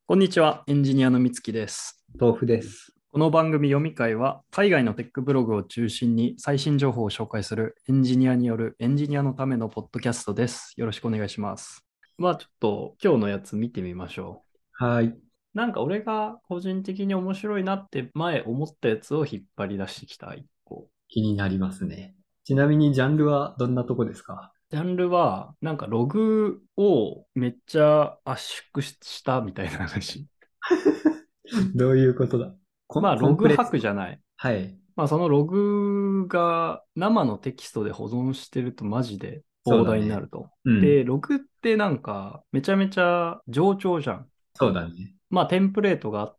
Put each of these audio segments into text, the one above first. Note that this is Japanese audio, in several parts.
こんにちは、エンジニアのみつきです。 豆腐です。 この番組読み会は、海外のテックブログを中心に最新情報を紹介するエンジニアによるエンジニアのためのポッドキャストです。よろしくお願いします。ちょっと今日のやつ見てみましょはい。 う。なんか俺が個人的に面白いなって前思ったやつを引っ張り出してきた一個。 気になりますね。ちなみにジャンルはどんなとこですか？ ジャンルは、なんかログをめっちゃ圧縮したみたいな話。 どういうことだ？コンログプレッサー。 吐くじゃない。 はい。 そのログが生のテキストで保存してるとマジで膨大になそうだね。 ると。 うん。 で、ログってなんかめちゃめちゃ冗長じゃん。 そうだね。 テンプレートがあって、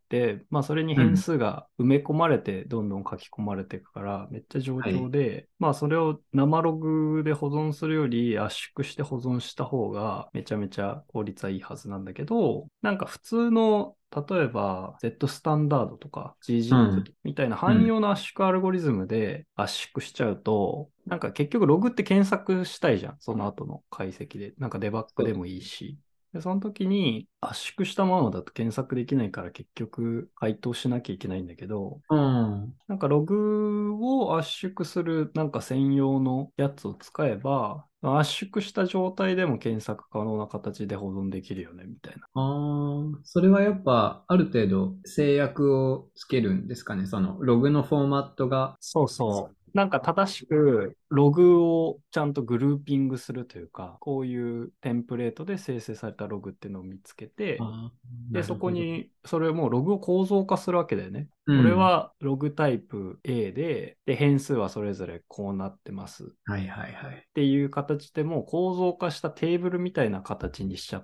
それに変うん。 数が埋め込まれてどんどん書き込まれていくから、めっちゃ冗はい。 長で、それを生ログで保存するより圧縮して保存した方がめちゃめちゃ効率はいいはずなんだけど、なんか普通の例えば Z スタンダードとかう ggzip ん。 みたいなうん。 汎用な圧縮アルゴリズムで圧縮しちゃうと、なんか結局ログって検索したいじゃん。その後の解析で。なんかデバッグでもいいそうだね。 し。で、その時に圧縮したままだと検索できないから結局回答しなきゃいけないんだけど、 うん。 なんかログを圧縮するなんか専用のやつを使えば、圧縮した状態でも検索可能な形で保存できるよね、みたいな。 ああ、それはやっぱある程度制約をつけるんですかね。そのログのフォーマットが。 そうそう。なんか正しくログをちゃんとグルーピングするというか、こういうテンプレートで生成されたログっていうのを見つけて、 ああ、 で、 なるほど。 そこに、それもログを構造化するわけだよね。これうん。 はログタイプ A で、変数はそれぞれこうなってます。っはいはいはい。 ていう形でもう構造化したテーブルみたいな形にしちゃって、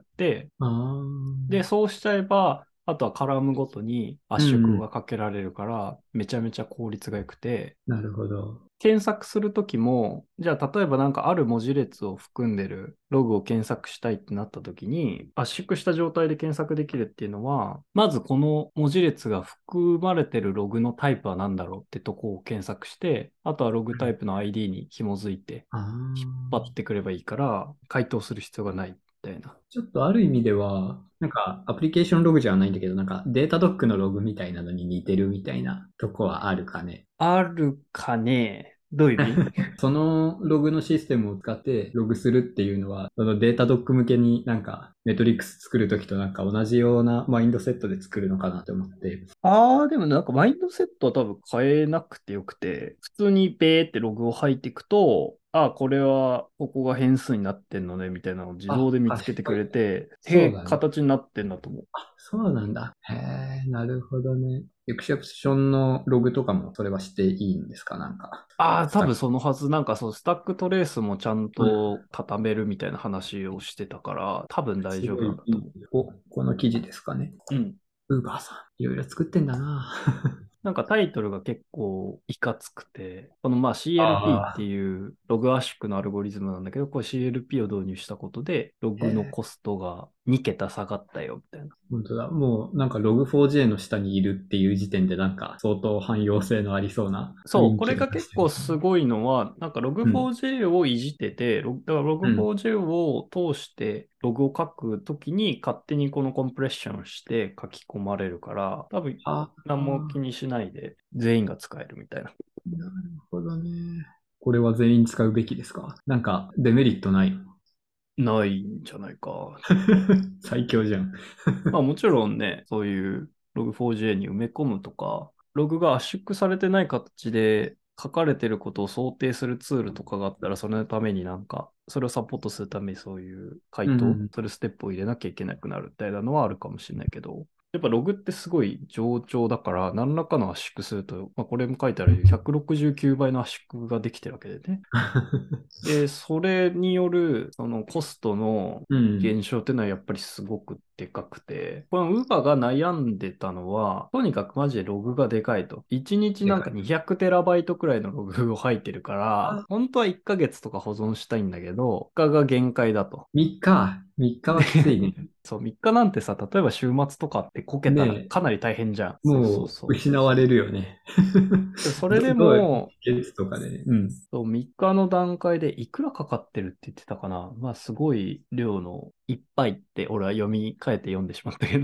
あで、 あ、 そうしちゃえば、あとはカラムごとに圧うんうん。 縮がかけられるから、めちゃめちゃ効率が良くて、 なるほど。 検索するときも、じゃあ例えばなんかある文字列を含んでるログを検索したいってなったときに、圧縮した状態で検索できるっていうのは、まずこの文字列が含まれてるログのタイプは何だろうってとこを検索して、あとはログタイプの ID に紐づいてあ引っ張っあ。 てくればいいから、回答する必要がないみたいな。 ちょっとある意味では、なんかアプリケーションログじゃないんだけど、なんかデータドックのログみたいなのに似てるみたいなとこはあるかね。 あるかね？どういう意味？ そのログのシステムを使ってログするっていうのは、そのデータドック向けになんかメトリックス作るときとなんか同じようなマインドセットで作るのかなと思って。 でもなんかマインドセットは多分変えなくてよくて、普通にベーってログを吐いていくと、これはここが変数になってんのね、みたいなのを自動あ、 で見つけてく賢い。 れて、 そうだね。 形になってんだと思う。 そうなんだ。へえ、なるほどね。エクセプションのログとかもそれはしていいんですか？なんか、スタック。 多分そのはず、なんかそう、スタックトレースもちゃんうん。 と固めるみたいな話をしてたから、多分大丈夫すごいいい。 なんだと思この記事ですかね。 う。うん。 ウーバーさん、いろいろ作ってんだな。 なんかタイトルが結構いかつくて、このCLP ってああ、 いうログ圧縮のアルゴリズムなんだけど、これ CLP を導入したことで、ログのへえ、 コストが2桁下がったよ、みたいな。 本当だ。もうなんか Log4j の下にいるっていう時点でなんか相当汎用性のありそうな雰そう、これ囲気をが結構出してますね。 すごいのは、なんかうん。 Log4j をいじってて、だからうん。 Log4j を通してログを書くときに勝手にこのコンプレッションして書き込まれるから、多分あ何も気あ、 にしないで全員が使えるみたいな。 なるほどね。これは全員使うべきですか？なんかデメリットないの？ ないんじゃないか。 最強じゃん。 もちろんね、そういう Log4j に埋め込むとか、ログが圧縮されてない形で書かれてることを想定するツールとかがあったら、そのためになんか、それをサポートするためにそういう回答うん。 するステップを入れなきゃいけなくなるみたいなのはあるかもしれないけど、やっぱログってすごい冗長だから、何らかの圧縮すると、これも書いてあるように169倍の圧縮ができてるわけでね。で、それによる、そのコストのうん。 減少っていうのはやっぱりすごくでかくて、この Uber が悩んでたのは、とにかくマジでログがでかいと。1日なんかでかい。 200テラバイトくらいのログを入ってるから、 あ、 本当は1ヶ月とか保存したいんだけど、3日が限界だと。 3日。3日で、 はきついね。 そう、3日なんてさ、例えば週末とかってこけたらねかなり大変じゃん。 え、 そうそうもうそ失われるよね。 う。でそれでどう、 も、 月とかでね。うん。 そう、3日の段階でいくらかかってるって言ってたかな。すごい量のいっぱいって俺は読み替えて読んでしまったけど、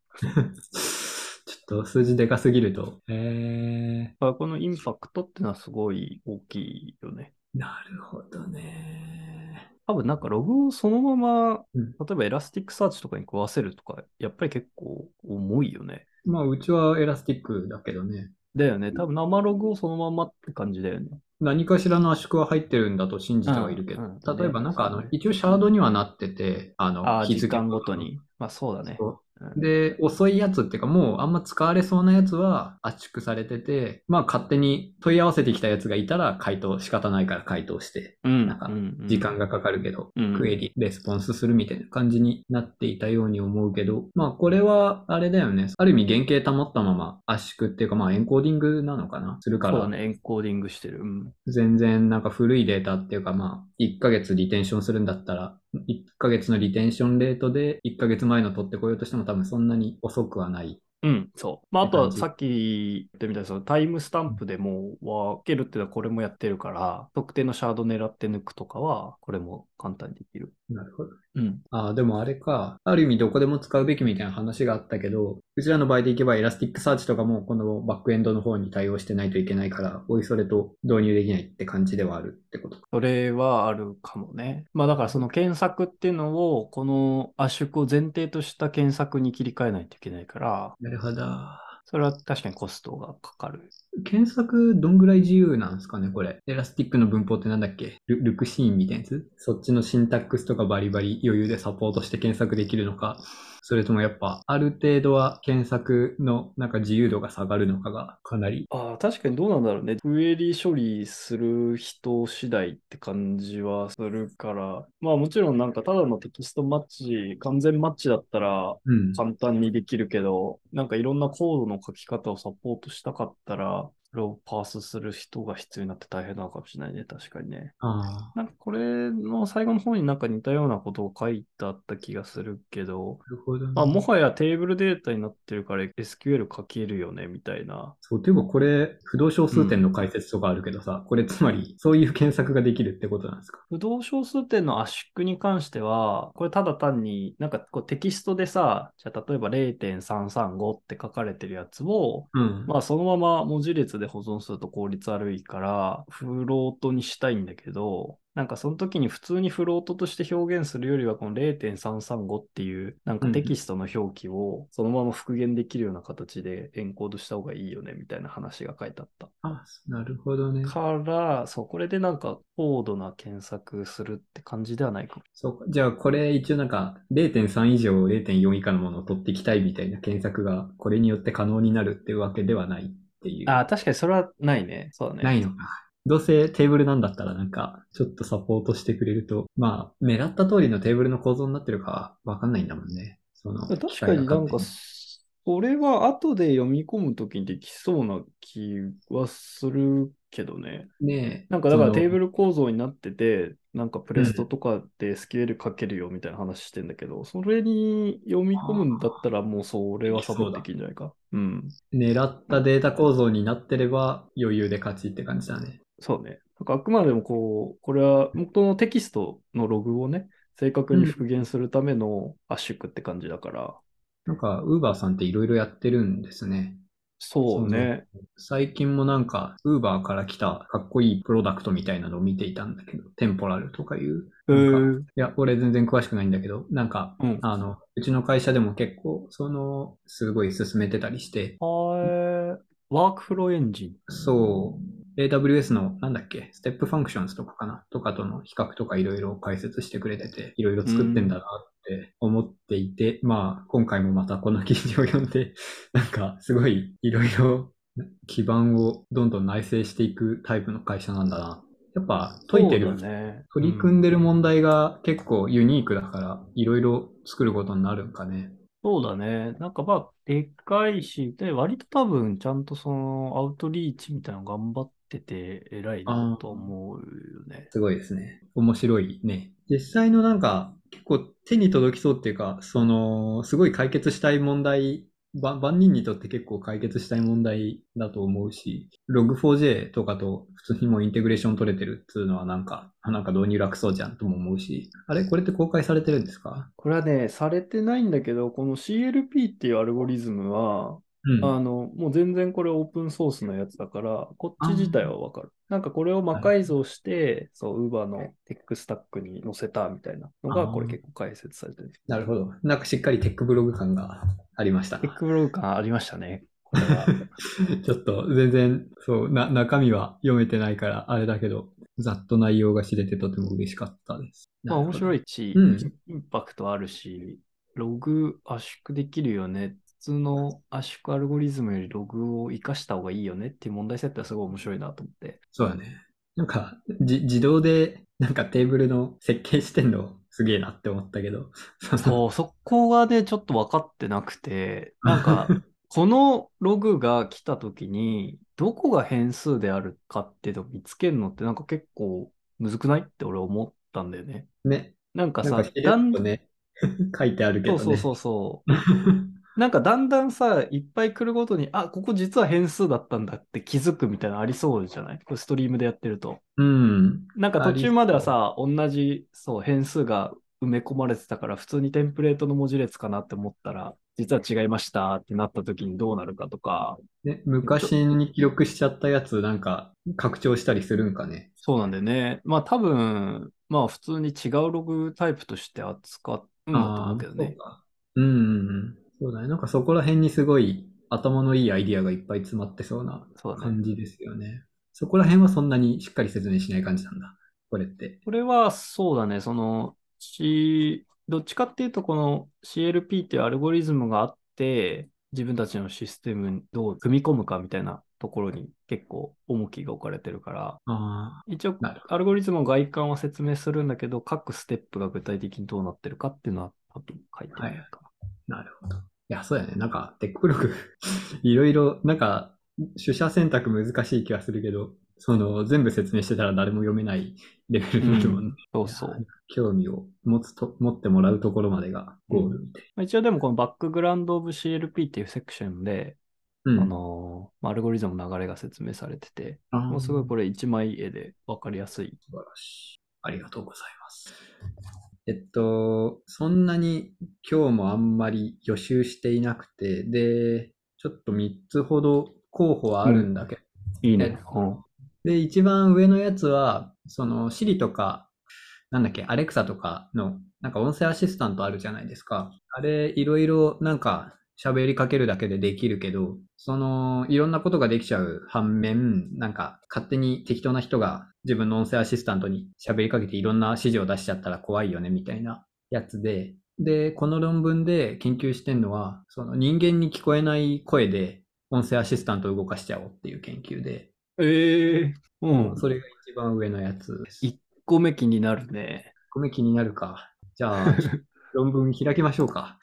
ちょっと数字でかすぎると。 このインパクトってのはすごい大きいよね。 なるほどね。 多分なんかログをそのまま、 うん。 例えばエラスティックサーチとかに食わせるとか、やっぱり結構重いよね。 まあ、うちはエラスティックだけどね。 だよね。多分生ログをそのままって感じだよね。 何かしらの圧縮は入ってるんだと信じてはいるけうん、 ど、例えばね、そうね。 一応シャードにはなってて、 ああ、 日付時間ごとごとの。 に。まあそうだね。 そうん、 う。で、遅いやつっていうか、もうあんま使われそうなやつは圧縮されてて、まあ勝手に問い合わせてきたやつがいたら仕方ないから回答して、 うん、う時ん、 間がかかるけど、 うん。うん。 クエリ、レスポンスするみたいな感じになっていたように思うけど、まあこれはあれだよね。ある意味原型保ったまま圧縮っていうか、まあエンコーディングなのかなするから、 そうだね。エンコーディングしてる。うん。 全然なんか古いデータっていうかまあ、1ヶ月リテンションするんだったら、1ヶ月のリテンションレートで1ヶ月前の取ってこようとしても多分そんなに遅くはないうん、そう。まあ、あとって感じ。 はさっき言ってみたいな、そのタイムスタンプでも分けるっていうのはこれもやってるから、特定のシャード狙って抜くとかは、これも簡単にできる。 なるほど。 うん。 ああ、でもあれか。ある意味どこでも使うべきみたいな話があったけど、うちらの場合でいけばエラスティックサーチとかもこのバックエンドの方に対応してないといけないから、おいそれと導入できないって感じではあるってことか。 それはあるかもね。まあだからその検索っていうのを、この圧縮を前提とした検索に切り替えないといけないから、 なるほど。 それは確かにコストがかかる。 検索どんぐらい自由なんですかね、これ。エラスティックの文法ってなんだっけルクシーンみたいなやつそっちのシンタックスとかバリバリ余裕でサポートして検索できるのか、それともやっぱある程度は検索のなんか自由度が下がるのかがかなり。 ああ、確かにどうなんだろうね。クエリ処理する人次第って感じはするから。まあもちろんなんかただのテキストマッチ、完全マッチだったらうん。 簡単にできるけど、なんかいろんなコードの書き方をサポートしたかったら、それをパースする人が必要になって大変なのかもしれないね。確かにね。 ああ、 なんかこれの最後の方になんか似たようなことを書いてあった気がするけど、 なるほどまあ、もね。 はやテーブルデータになってるから SQL 書けるよね、みたいな。 そう、ていうかこれ、不動小数点うん。 の解説とかあるけどさ、これつまり、そういう検索ができるってことなんですか？ 不動小数点の圧縮に関しては、これただ単になんかこうテキストでさ、じゃあ例えば0.335って書かれてるやつを、 うん。 まあそのまま文字列で保存すると効率悪いから、フロートにしたいんだけど、なんかその時に普通にフロートとして表現するよりは、この0.335っていうなんかテうん。 キストの表記をそのまま復元できるような形でエンコードした方がいいよねみたいな話が書いてあった。 あ、なるほどね。 から、そう、これでなんか高度な検索するって感じではないかも。 そうか。じゃあこれ一応なんか0.3以上0.4以下のものを取っていきたいみたいな検索がこれによって可能になるっていうわけではないっていう。 ああ、確かにそれはないね。そうだね。 ないのか。どうせテーブルなんだったらなんかちょっとサポートしてくれると、まあ狙った通りのテーブルの構造になってるかはわかんないんだもんね。その機確か械がになんか、 勝手に。 それは後で読み込むときにできそうな気はするけどね。 ねえ、 なんかだその、 からテーブル構造になってて、なんかプレストうん。 とかで SQL 書けるよみたいな話してんだけど、それに読み込むんだったらもうそれではサポートできそうだ。 きるんじゃないか。うん。 狙ったデータ構造になってれば余裕で勝ちって感じだね。 そうね。なんかあくまでもこう、これは元のテキストのログをね、正確にうん。 復元するための圧縮って感じだから、 なんか、ウーバーさんっていろいろやってるんですね。その、 そうね。 最近もなんか、ウーバーから来たかっこいいプロダクトみたいなのを見ていたんだけど、テンポラルとかいう、なんか、 ー、 いや、俺全然詳しくないんだけど、なんか、 うん。 うちの会社でも結構、すごい進めてたりして、 ワークフローエンジン。 そう、AWS の、なんだっけ、ステップファンクションズとかかなとかとの比較とかいろいろ解説してくれてて、いろいろうん。 作ってんだなって思っていて、まあ、今回もまたこの記事を読んで、なんか、すごいいろいろ基盤をどんどん内製していくタイプの会社なんだな。やっぱ、 そうだね。う取り組んん。 でる問題が結構ユニークだから、いろいろ作ることになるんかね。 そうだね。なんかまあ、でっかいし、で、割と多分ちゃんとそのアウトリーチみたいなの頑張ってて偉いなああ、 と思うよね。 すごいですね。面白いね。実際のなんか、結構手に届きそうっていうか、すごい解決したい問題万人にとって結構解決したい問題だと思うし、Log4j とかと普通にもうインテグレーション取れてるっていうのはなんか導入楽そうじゃんとも思うし、あれこれって公開されてるんですか？ これはね、されてないんだけど、この CLP っていうアルゴリズムは、 うん。 もう全然これオープンソースのやつだから、こっち自体あはわかる。なんかこれを魔改造して、そう、Uber のテックスタックに載せたみたいなのが、これ結あ、 構解説されてる。 なるほど。なんかしっかりテックブログ感がありました。 テックブログ感ありましたね、これは。 ちょっと全然、そう、中身は読めてないからあれだけど、ざっと内容が知れてとても嬉しかったです。 まあ面なるほど。 白いし、 うん。 インパクトあるし、ログ圧縮できるよね。普通の圧縮アルゴリズムよりログを活かした方がいいよねっていう問題設定はすごい面白いなと思って。 そうだね。なんか、自動で、なんかテーブルの設計してんのすげえなって思ったけど、その、 そう、そこがね、ちょっと分かってなくて、なんか、このログが来た時に、どこが変数であるかっていうのを見つけるのってなんか結構むずくないって俺思ったんだよね。 ね、 なんかさ、 なんかしれっとね、書いてあるけどね。 そうそうそうそう。なんかだんだんさ、いっぱい来るごとに、あ、ここ実は変数だったんだって気づくみたいなのありそうじゃないこれストリームでやってると。 うん。 なんかあり途中まではそさ、同じ、そう、変数が埋め込まれてたから、普通にテンプレートの文字列かなって思ったら、実は違いましたってなった時にどうなるかとか、 う。ね、 ちょ、 昔に記録しちゃったやつ、なんか、拡張したりするんかね。 そうなんだよね。まあ多分、まあ普通に違うログタイプとして扱うんだと思うああ、 けどね。 そうか。うんうんうん。そうだね。なんかそこら辺にすごい頭のいいアイディアがいっぱい詰まってそうなそうだね。 感じですよね。そこら辺はそんなにしっかり説明しない感じなんだ。これって。 これはそうだね。どっちかっていうと、この CLP っていうアルゴリズムがあって、自分たちのシステムにどう組み込むかみたいなところに結構重きが置かれてるから、 ああ、 一応なるほアルゴリズムの外観は説明するんだけど、各ステップが具体的にどうなってるかっていうのは多分書いてど。はい。 ないかな。 なるほど。いや、そうやね。なんか、テックブログいろいろ、なんか、取捨選択難しい気がするけど、全部説明してたら誰も読めないレベルになるもんね。 うん、そいや、 うそう。 興味を持ってもらうところまでがうん。 ゴールみたいまあ一応でもこのバックグラウンドオブ CLP っていうセクションで、 な。うん。 アルゴリズムの流れが説明されてて、 あもうすごいこあ。 れ一枚絵でわかりやすい。 素晴らしい。ありがとうございます。そんなに今日もあんまり予習していなくて、で、ちょっと3つほど候補はあるうん。 んだけど、 いいね。 えうん。 で、一番上のやつは、Siri とか、なんだっけ、アレクサとかの、なんか音声アシスタントあるじゃないですか。あれ、いろいろなんか喋りかけるだけでできるけど、いろんなことができちゃう反面、なんか勝手に適当な人が自分の音声アシスタントに喋りかけていろんな指示を出しちゃったら怖いよね、みたいなやつで、で、この論文で研究してんのは、その人間に聞こえない声で音声アシスタントを動かしちゃおうっていう研究で、 ええうん。 それが一番上のやつです。 1個目気になるね。 これ気になるか。じゃあ、ちょっと論文開きましょうか。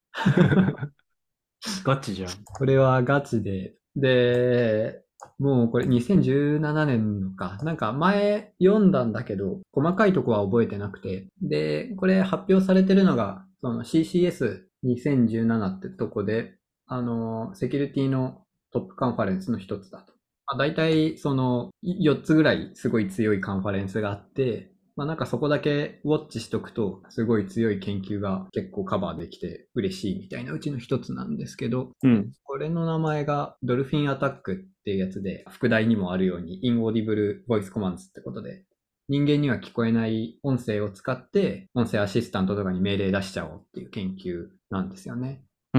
ガチじゃん。 これはガチで、で、もうこれ2017年のか、なんか前読んだんだけど、細かいとこは覚えてなくて、で、これ発表されてるのが、その CCS2017 ってとこで、セキュリティのトップカンファレンスの一つだと。大体、4つぐらいすごい強いカンファレンスがあって、まあなんかそこだけウォッチしとくと、すごい強い研究が結構カバーできて嬉しいみたいなうちの一つなんですけど、 うん。 これの名前がドルフィンアタックっていうやつで、副題にもあるように、インオーディブルボイスコマンドってことで、人間には聞こえない音声を使って、音声アシスタントとかに命令出しちゃおうっていう研究なんですよね。 うん。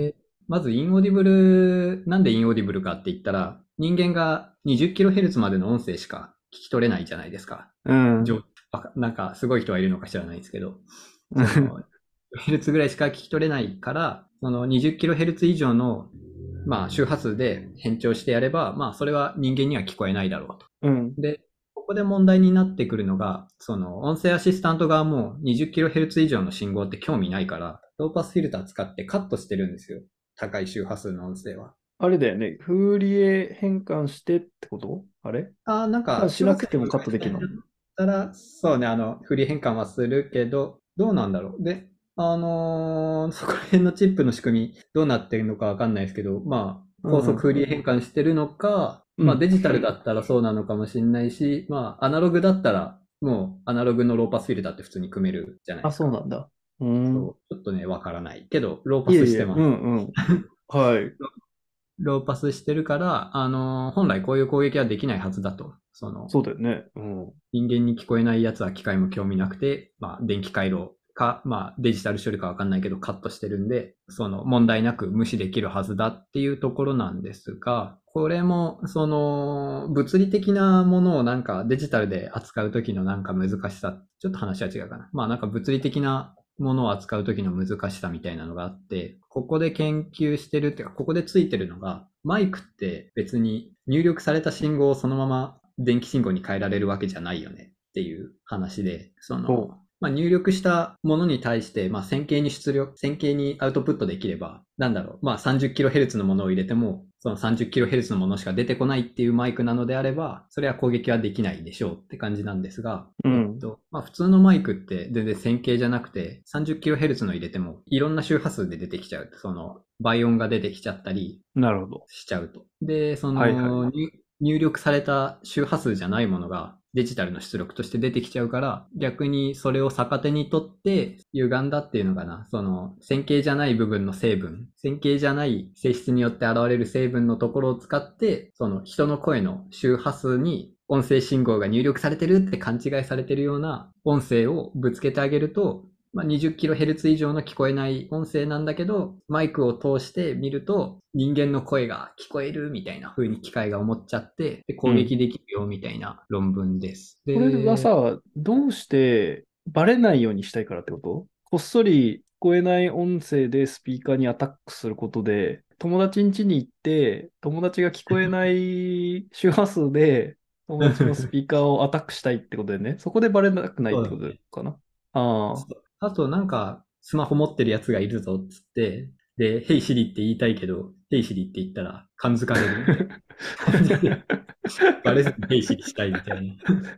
で、まずインオーディブル、なんでインオーディブルかって言ったら、人間が 20kHz までの音声しか聞き取れないじゃないですか。 うん。 なんかすごい人はいるのか知らないですけど、その、ヘルツぐらいしか聞き取れないから、その 20kHz 以上の、まあ、周波数で変調してやれば、まあ、それは人間には聞こえないだろうと。 うん。 で、ここで問題になってくるのが、音声アシスタント側も 20kHz 以上の信号って興味ないから、ローパスフィルター使ってカットしてるんですよ。高い周波数の音声は。 あれだよね。フーリエ変換してってことあれなんか、 し周波数になくてもカットできるのったら、そうね、振り変換はするけど、どうなんだろう。で、 そこら辺のチップの仕組みどうなってるのかわかんないですけど、まあ、高速フリー変換してるのか、まあデジタルだったらそうなのかもしれないし、まあアナログだったらもうアナログのローパスフィルターって普通に組めるじゃないであ、 すか。 そうなんだ。うん。 そう、ちょっとね、わからないけど、ローパいえいえ、 スしてます。 うんうん。はい。 ローパスしてるから、本来こういう攻撃はできないはずだと。 そうだよね。うん。 人間に聞こえないやつは機械も興味なくて、まあ、電気回路か、まあ、デジタル処理かわかんないけどカットしてるんで、問題なく無視できるはずだっていうところなんですが、これも、物理的なものをなんかデジタルで扱うときのなんか難しさ、ちょっと話は違うかな。まあなんか物理的なものを扱うときの難しさみたいなのがあって、ここで研究してるっていうか、ここでついてるのが、マイクって別に入力された信号をそのまま電気信号に変えられるわけじゃないよねっていう話で、 そまあ、入力したものに対して、まあ、線形にアウトプットできれば、なんだろう、まあ、30kHz のものを入れても、その 30kHz のものしか出てこないっていうマイクなのであれば、それは攻撃はできないでしょうって感じなんですが、 う。うん。 まあ、普通のマイクって全然線形じゃなくて、30kHz の入れても、いろんな周波数で出てきちゃう。倍音が出てきちゃったりなるほど。 しちゃうと。で、 はいはい。 入力された周波数じゃないものがデジタルの出力として出てきちゃうから、逆にそれを逆手にとって歪んだっていうのかな。線形じゃない部分の成分、線形じゃない性質によって現れる成分のところを使って、人の声の周波数に音声信号が入力されてるって勘違いされてるような音声をぶつけてあげると、まあ、20kHz 以上の聞こえない音声なんだけど、マイクを通して見ると人間の声が聞こえるみたいな風に機械が思っちゃって、で攻うん。 撃できるよみたいな論文です。 これはで、 さ、どうしてバレないようにしたいからってこと？こっそり聞こえない音声でスピーカーにアタックすることで、友達ん家に行って、友達が聞こえない周波数で友達のスピーカーをアタックしたいってことでね。そこでバレなくないってことそうだね。 かな。ああ。 あとなんか、スマホ持ってるやつがいるぞっつって、で、ヘイシリって言いたいけど、ヘイシリって言ったら感づかれるみたいな感じで、バレずにヘイシリしたいみたいな。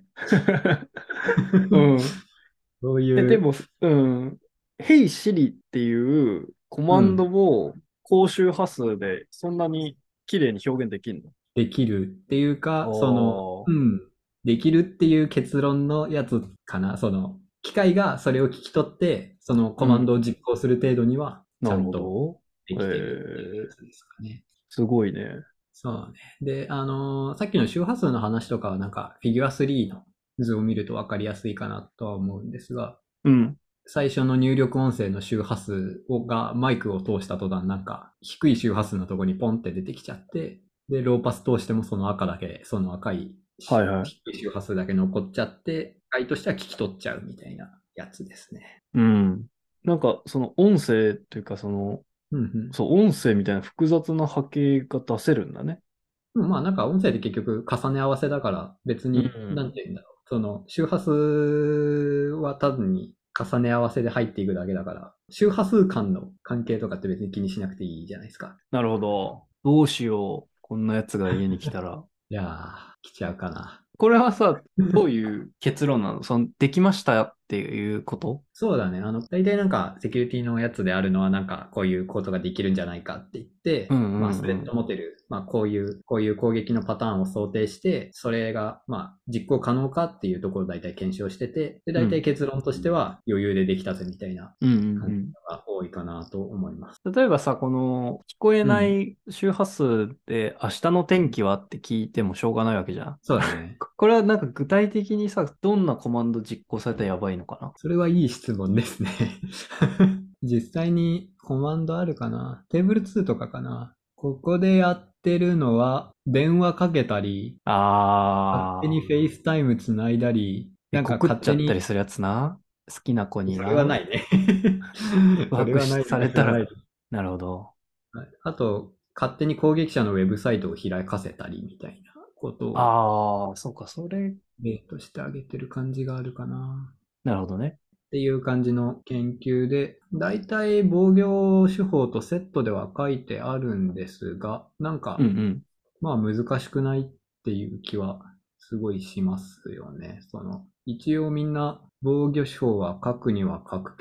うん。 そうでいう、 も、うん。Hey Siri っていうコマンドうん、 を高周波数でそんなに綺麗に表現できるの？ できるっていうあか、 あ、 できるっていう結論のやつかな。機械がそれを聞き取って、そのコマンドをうん。 実行する程度には、ちなるほゃんとど。 できてるっていうやつですかね。 すごいね。 そうね。で、さっきの周波数の話とかはなんか、フィギュア3の図を見るとわかりやすいかなとは思うんですが、 うん。 最初の入力音声の周波数がマイクを通した途端なんか低い周波数のところにポンって出てきちゃって、で、ローパス通してもその赤だけ、その赤いはいはい。 低い周波数だけ残っちゃって、機械としては聞き取っちゃうみたいなやつですね。 うん。なんか、その音声というか、 うんそう、音声みたいな複雑な波形が出せるんだね。 うん。まあなんか音声って結局重ね合わせだから別うに、なんん。 て言うんだろう。周波数は単に重ね合わせで入っていくだけだから、周波数間の関係とかって別に気にしなくていいじゃないですか。 なるほど。どうしよう。こんなやつが家に来たら。 いやー、来ちゃうかな。 これはさ、どういう結論なの？できましたっていうこと？ そうだね。大体なんか、セキュリティのやつであるのは、なんか、こういうことができるんじゃないかって言って、 うんまあ、スレッうんドモデル、まあ、こういう攻撃のパターンを想定して、それが、まあ、実行可能かっていうところを大体検証してて、で、 うん。 大体結論としては、余裕でできたぜみたいなうんうん感じうん。 が多いかなと思います。 例えばさ、この聞こえうん。 ない周波数で明日の天気はって聞いてもしょうがないわけじゃん。 そうだね。 これはなんか具体的にさ、どんなコマンド実行されたらやばいのかな？ それはいい質問ですね。実際にコマンドあるかな？テーブル2とかかな？ここでやってるのは、電話かけたり、勝手にあフェイスタイムつないだり、なんか告っちゃ勝手に、 ったりするやつな。好きな子にそれはな。 ないね。それ告白はないされたら、 はずはない。 なるほど。 はい。あと、勝手に攻撃者のウェブサイトを開かせたりみたいなことをああ、そうか、それ、 例としてあげてる感じがあるかな。 なるほどね。 っていう感じの研究で、だいたい防御手法とセットでは書いてあるんですが、なんか、 うんうん。 まあ難しくないっていう気はすごいしますよね。一応みんな防御手法は書くには書くけど、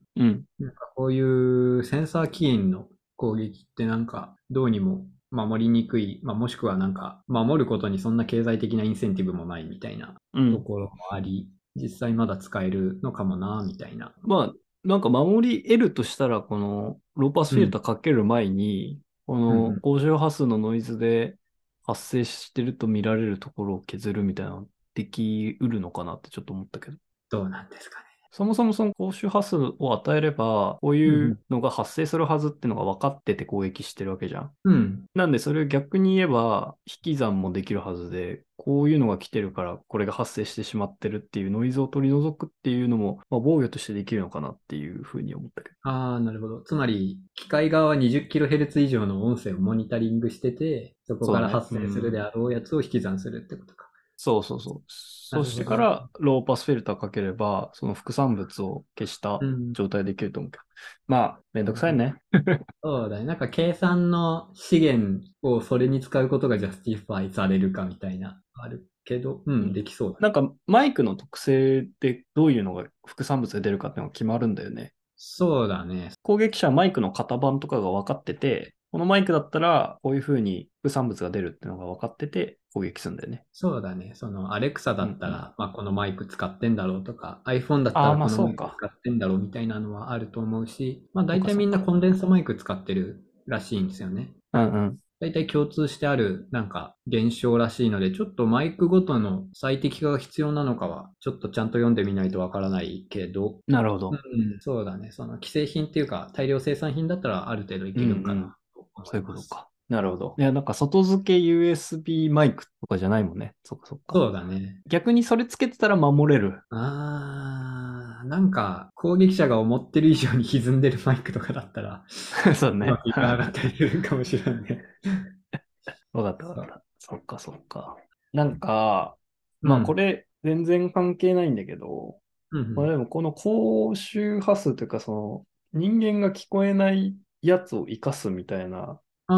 うん。 なんかこういうセンサー起因の攻撃ってなんかどうにも守りにくい、もしくはなんか守ることにそんな経済的なインセンティブもないみたいなうん。 ところもあり、実際まだ使えるのかもな、みたいな。 まあ、なんか守り得るとしたら、このローパスフィルうん。 ターかける前に、このうんうん。 高周波数のノイズで発生してると見られるところを削るみたいなのできうるのかなってちょっと思ったけど。 どうなんですかね。 そもそもその高周波数を与えれば、こううんうん。 いうのが発生するはずっていうのが分かってて攻撃してるわけじゃん。 うん。 なんでそれを逆に言えば、引き算もできるはずで、こういうのが来てるからこれが発生してしまってるっていうノイズを取り除くっていうのも、防御としてできるのかなっていうふうに思ったけど。 ああ、なるほど。つまり、機械側は 20kHz 以上の音声をモニタリングしてて、そこからそうだね。 発生するであろうやつを引き算するってことか。 そうそうそう。そしなるほどね。 てからローパスフィルターかければ、その副産物を消したうん。 状態できると思うけど。まあ、めんどくさいね。 そうだね。なんか計算の資源をそれに使うことがジャスティファイされるかみたいな、あるけど、うん、できそうだね。 なんかマイクの特性でどういうのが副産物で出るかっていうのが決まるんだよね。 そうだね。 攻撃者はマイクの型番とかが分かってて、このマイクだったらこういう風に副産物が出るっていうのが分かってて攻撃するんだよね。 そうだね。その、アレクサだうんうん。 ったら、このマイク使ってんだろうとか、iPhone だったああ、 らまあこのマイクそうか。 使ってんだろうみたいなのはあると思うし、 そうか大体みんなそうか。 コンデンサマイク使ってるらしいんですよね。 うんうん。 大体共通してある、なんか、現象らしいので、ちょっとマイクごとの最適化が必要なのかは、ちょっとちゃんと読んでみないとわからないけど、うん、 なるほど。 そうだね。その既製品っていうか、大量生産品だったらある程度いうんうけるんかん。 なと思そういます。 いうことか。なるほど。いや、なんか外付け USB マイクとかじゃないもんね。そっかそっか。 そうだね。 逆にそれつけてたら守れる。 なんか、攻撃者が思ってる以上に歪んでるマイクとかだったら、 そううまね。 くいかなかったりするかもしれないね。 わかったわそう。 かった。そっかそっか。なんか、まあこうん。 れ全然関係ないんだけど、 うんうん。 まあでもこの高周波数というかその人間が聞こえないやつを活かすみたいなうん。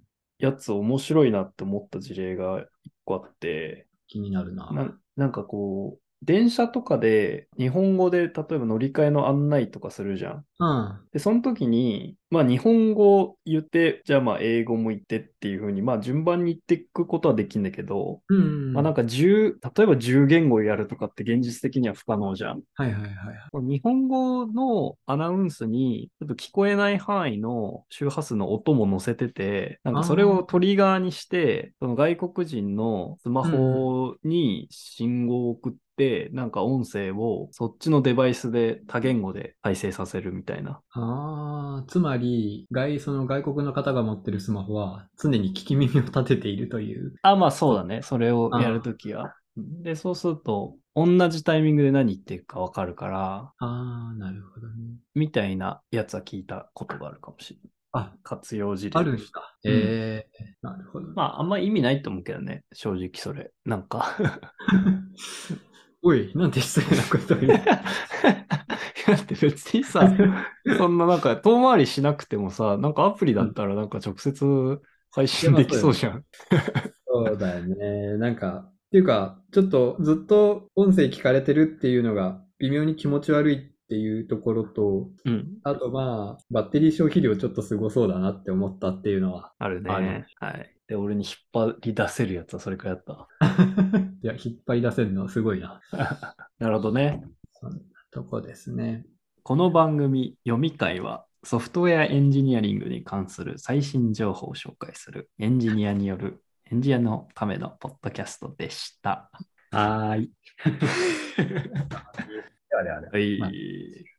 やつ面白いなって思った事例が一個あって、 気になるな。 なんかこう、電車とかで日本語で例えば乗り換えの案内とかするじゃん。 うん。 で、その時に、まあ日本語を言って、じゃあまあ英語も言ってっていう風に、まあ順番に言っていくことはできるんだけど、 うん。 まあなんか例えば10言語やるとかって現実的には不可能じゃん。 はいはいはい。 日本語のアナウンスに、ちょっと聞こえない範囲の周波数の音も載せてて、なんかそれをああ、 トリガーにして、その外国人のスマうんうん。 ホに信号を送って、なんか音声をそっちのデバイスで多言語で再生させるみたいな。 ああ、つまり、その外国の方が持ってるスマホは常に聞き耳を立てているという。 あ、まあそうだね。それをやるあときは。で、そうすると、同じタイミングで何言ってるかわかるから、 あー、なるほどね。 みたいなやつは聞いたことがあるかもしれない。 あ、 活用事あ例として。 るんだ。 うん。 なるほどね。 まあ、あんま意味ないと思うけどね。正直それ。なんかおい、なんて失礼なことを言う。 だって別にさ、そんななんか遠回りしなくてもさ、なんかアプリだうん。 ったらなんか直接配いや、 信できそうよね。 そうじゃん。 そうだよね。なんか、っていうか、ちょっとずっと音声聞かれてるっていうのが微妙に気持ち悪いっていうところと、 うん。 あとバッテリー消費量ちょっとすごそうだなって思ったっていうのはあるある。 ね。はい。で、俺に引っ張り出せるやつはそれくらいやったわ。 いや、引っ張り出せるのはすごいな。 なるほどね。 そんなとこですね。 この番組、読み会は、ソフトウェアエンジニアリングに関する最新情報を紹介するエンジニアによるエンジニアのためのポッドキャストでした。 はーい。あれあれ。 はまあい。